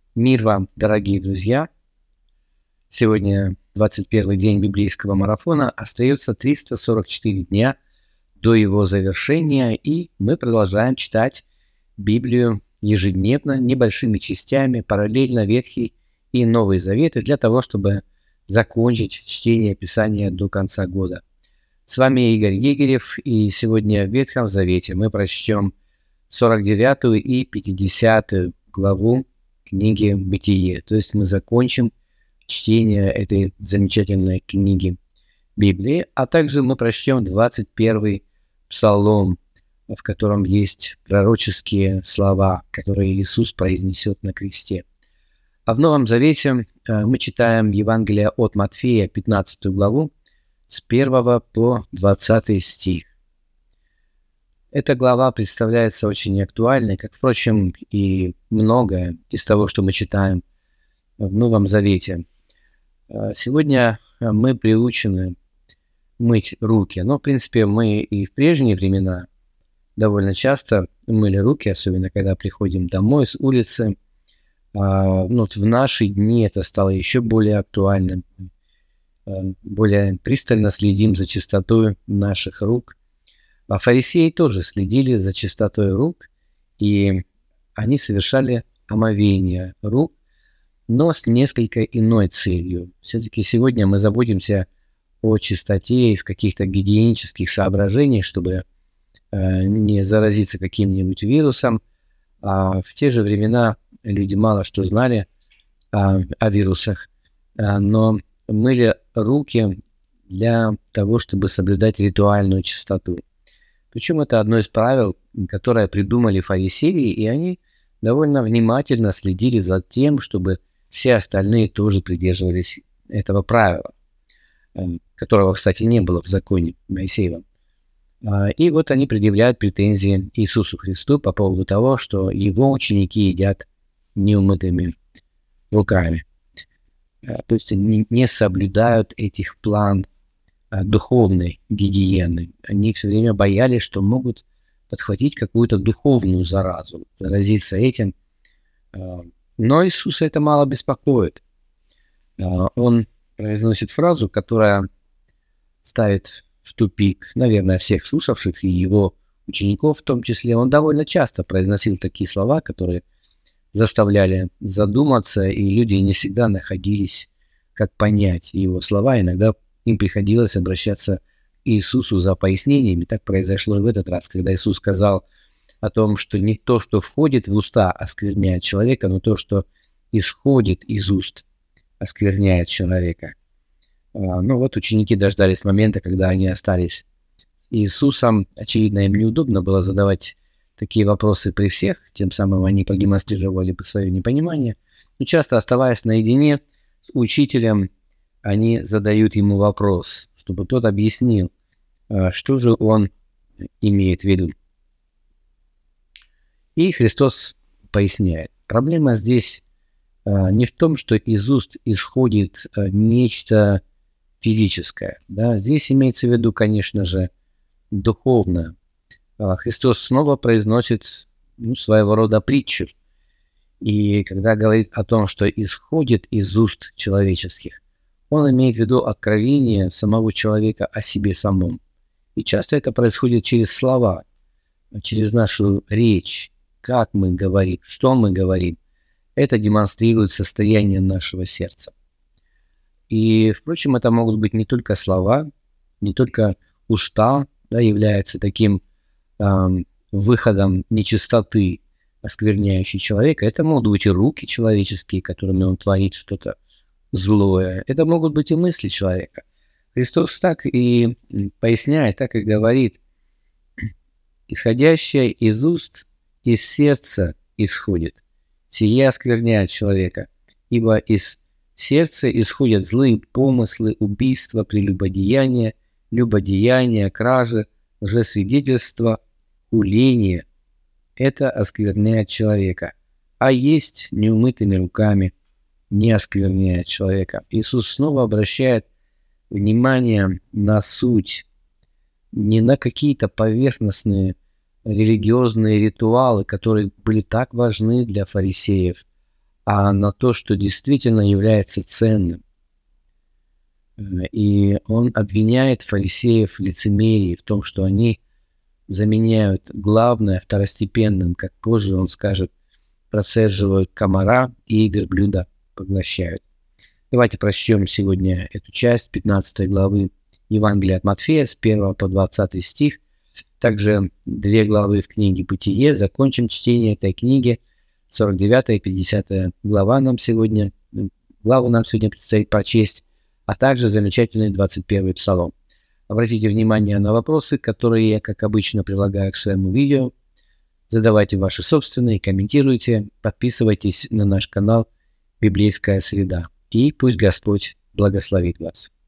Мир вам, дорогие друзья! Сегодня 21 день библейского марафона, остается 344 дня до его завершения, и мы продолжаем читать Библию ежедневно, небольшими частями, параллельно Ветхий и Новый Заветы, для того, чтобы закончить чтение Писания до конца года. С вами Игорь Егерев, и сегодня в Ветхом Завете мы прочтем 49 и 50 главу книги «Бытие». То есть мы закончим чтение этой замечательной книги Библии, а также мы прочтем 21 псалом, в котором есть пророческие слова, которые Иисус произнесет на кресте. А в Новом Завете мы читаем Евангелие от Матфея, 15 главу, с 1 по 20 стих. Эта глава представляется очень актуальной, как, впрочем, и многое из того, что мы читаем в Новом Завете. Сегодня мы приучены мыть руки, но, в принципе, мы и в прежние времена довольно часто мыли руки, особенно когда приходим домой с улицы. В наши дни это стало еще более актуальным. Более пристально следим за чистотой наших рук. А фарисеи тоже следили за чистотой рук, и они совершали омовение рук, но с несколько иной целью. Все-таки сегодня мы заботимся о чистоте из каких-то гигиенических соображений, чтобы не заразиться каким-нибудь вирусом. А в те же времена люди мало что знали о вирусах, но мыли руки для того, чтобы соблюдать ритуальную чистоту. Причем это одно из правил, которое придумали фарисеи, и они довольно внимательно следили за тем, чтобы все остальные тоже придерживались этого правила, которого, кстати, не было в законе Моисеевом. И вот они предъявляют претензии Иисусу Христу по поводу того, что его ученики едят неумытыми руками. То есть они не соблюдают этих план духовной гигиены. Они все время боялись, что могут подхватить какую-то духовную заразу, заразиться этим. Но Иисуса это мало беспокоит. Он произносит фразу, которая ставит в тупик, наверное, всех слушавших и его учеников в том числе. Он довольно часто произносил такие слова, которые заставляли задуматься, и люди не всегда находились, как понять его слова. Иногда им приходилось обращаться к Иисусу за пояснениями. Так произошло и в этот раз, когда Иисус сказал о том, что не то, что входит в уста, оскверняет человека, но то, что исходит из уст, оскверняет человека. Вот ученики дождались момента, когда они остались с Иисусом. Очевидно, им неудобно было задавать такие вопросы при всех, тем самым они продемонстрировали бы свое непонимание. Но часто, оставаясь наедине с учителем, они задают ему вопрос, чтобы тот объяснил, что же он имеет в виду. И Христос поясняет. Проблема здесь не в том, что из уст исходит нечто физическое. Да? Здесь имеется в виду, конечно же, духовное. Христос снова произносит своего рода притчу. И когда говорит о том, что исходит из уст человеческих, он имеет в виду откровение самого человека о себе самом. И часто это происходит через слова, через нашу речь, как мы говорим, что мы говорим. Это демонстрирует состояние нашего сердца. И, впрочем, это могут быть не только слова, не только уста, да, являются таким выходом нечистоты, оскверняющей человека. Это могут быть и руки человеческие, которыми он творит что-то злое. Это могут быть и мысли человека. Христос так и поясняет, так и говорит: исходящее из уст, из сердца исходит. Сие оскверняет человека, ибо из сердца исходят злые помыслы, убийства, прелюбодеяния, любодеяния, кражи, лжесвидетельства, хуление. Это оскверняет человека. А есть неумытыми руками не оскверняет человека. Иисус снова обращает внимание на суть, не на какие-то поверхностные религиозные ритуалы, которые были так важны для фарисеев, а на то, что действительно является ценным. И он обвиняет фарисеев в лицемерии, в том, что они заменяют главное второстепенным, как позже он скажет, процеживают комара и верблюда поглощают. Давайте прочтем сегодня эту часть 15 главы Евангелия от Матфея с 1 по 20 стих. Также 2 главы в книге «Бытие». Закончим чтение этой книги. 49 и 50 главу нам сегодня предстоит прочесть, а также замечательный 21 псалом. Обратите внимание на вопросы, которые я, как обычно, прилагаю к своему видео. Задавайте ваши собственные, комментируйте, подписывайтесь на наш канал «Библейская среда». И пусть Господь благословит вас.